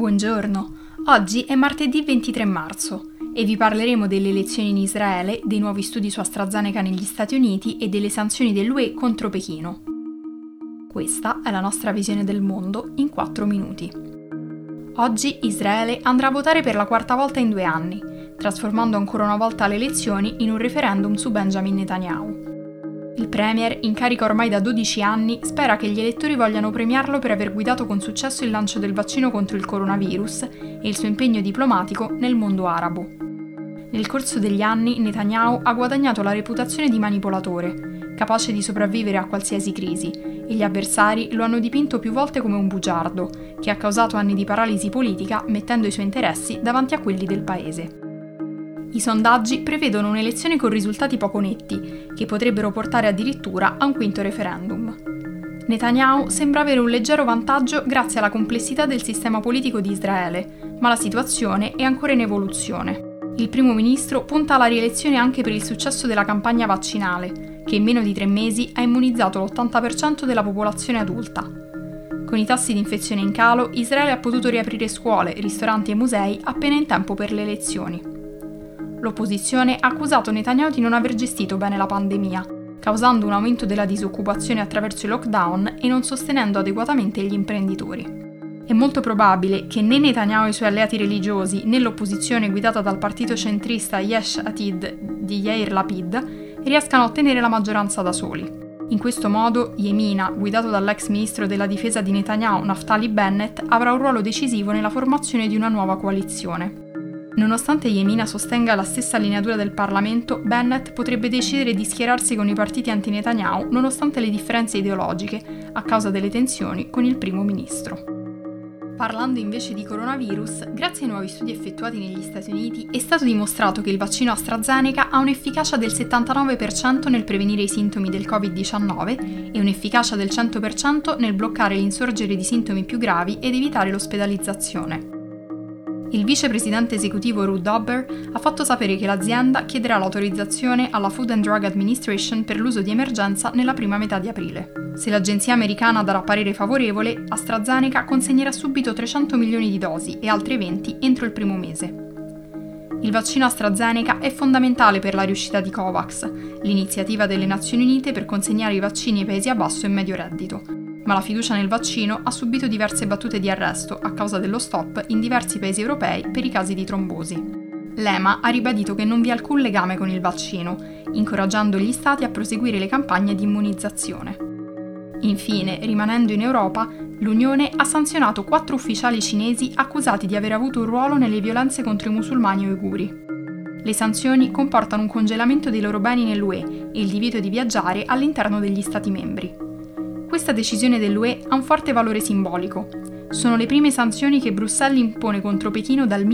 Buongiorno, oggi è martedì 23 marzo e vi parleremo delle elezioni in Israele, dei nuovi studi su AstraZeneca negli Stati Uniti e delle sanzioni dell'UE contro Pechino. Questa è la nostra visione del mondo in 4 minuti. Oggi Israele andrà a votare per la quarta volta in 2 anni, trasformando ancora una volta le elezioni in un referendum su Benjamin Netanyahu. Il premier, in carica ormai da 12 anni, spera che gli elettori vogliano premiarlo per aver guidato con successo il lancio del vaccino contro il coronavirus e il suo impegno diplomatico nel mondo arabo. Nel corso degli anni Netanyahu ha guadagnato la reputazione di manipolatore, capace di sopravvivere a qualsiasi crisi, e gli avversari lo hanno dipinto più volte come un bugiardo, che ha causato anni di paralisi politica mettendo i suoi interessi davanti a quelli del paese. I sondaggi prevedono un'elezione con risultati poco netti, che potrebbero portare addirittura a un quinto referendum. Netanyahu sembra avere un leggero vantaggio grazie alla complessità del sistema politico di Israele, ma la situazione è ancora in evoluzione. Il primo ministro punta alla rielezione anche per il successo della campagna vaccinale, che in meno di 3 mesi ha immunizzato l'80% della popolazione adulta. Con i tassi di infezione in calo, Israele ha potuto riaprire scuole, ristoranti e musei appena in tempo per le elezioni. L'opposizione ha accusato Netanyahu di non aver gestito bene la pandemia, causando un aumento della disoccupazione attraverso i lockdown e non sostenendo adeguatamente gli imprenditori. È molto probabile che né Netanyahu e i suoi alleati religiosi né l'opposizione guidata dal partito centrista Yesh Atid di Yair Lapid riescano a ottenere la maggioranza da soli. In questo modo, Yemina, guidato dall'ex ministro della difesa di Netanyahu Naftali Bennett, avrà un ruolo decisivo nella formazione di una nuova coalizione. Nonostante Yemina sostenga la stessa lineatura del Parlamento, Bennett potrebbe decidere di schierarsi con i partiti anti-Netanyahu nonostante le differenze ideologiche, a causa delle tensioni con il primo ministro. Parlando invece di coronavirus, grazie ai nuovi studi effettuati negli Stati Uniti è stato dimostrato che il vaccino AstraZeneca ha un'efficacia del 79% nel prevenire i sintomi del Covid-19 e un'efficacia del 100% nel bloccare l'insorgere di sintomi più gravi ed evitare l'ospedalizzazione. Il vicepresidente esecutivo Ruud Dobber ha fatto sapere che l'azienda chiederà l'autorizzazione alla Food and Drug Administration per l'uso di emergenza nella prima metà di aprile. Se l'agenzia americana darà parere favorevole, AstraZeneca consegnerà subito 300 milioni di dosi e altre 20 entro il primo mese. Il vaccino AstraZeneca è fondamentale per la riuscita di COVAX, l'iniziativa delle Nazioni Unite per consegnare i vaccini ai paesi a basso e medio reddito. Ma la fiducia nel vaccino ha subito diverse battute di arresto a causa dello stop in diversi paesi europei per i casi di trombosi. L'EMA ha ribadito che non vi è alcun legame con il vaccino, incoraggiando gli stati a proseguire le campagne di immunizzazione. Infine, rimanendo in Europa, l'Unione ha sanzionato 4 ufficiali cinesi accusati di aver avuto un ruolo nelle violenze contro i musulmani uiguri. Le sanzioni comportano un congelamento dei loro beni nell'UE e il divieto di viaggiare all'interno degli stati membri. Questa decisione dell'UE ha un forte valore simbolico. Sono le prime sanzioni che Bruxelles impone contro Pechino dal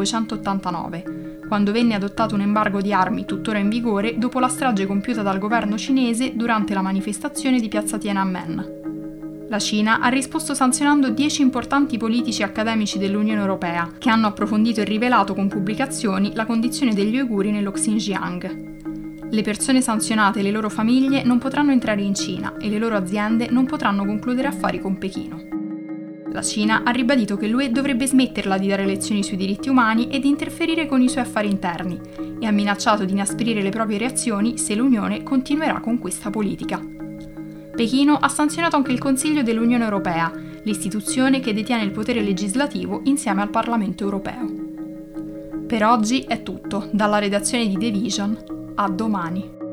1989, quando venne adottato un embargo di armi tuttora in vigore dopo la strage compiuta dal governo cinese durante la manifestazione di piazza Tiananmen. La Cina ha risposto sanzionando 10 importanti politici accademici dell'Unione Europea, che hanno approfondito e rivelato con pubblicazioni la condizione degli uiguri nello Xinjiang. Le persone sanzionate e le loro famiglie non potranno entrare in Cina e le loro aziende non potranno concludere affari con Pechino. La Cina ha ribadito che l'UE dovrebbe smetterla di dare lezioni sui diritti umani e di interferire con i suoi affari interni e ha minacciato di inasprire le proprie reazioni se l'Unione continuerà con questa politica. Pechino ha sanzionato anche il Consiglio dell'Unione Europea, l'istituzione che detiene il potere legislativo insieme al Parlamento europeo. Per oggi è tutto, dalla redazione di The Vision. A domani.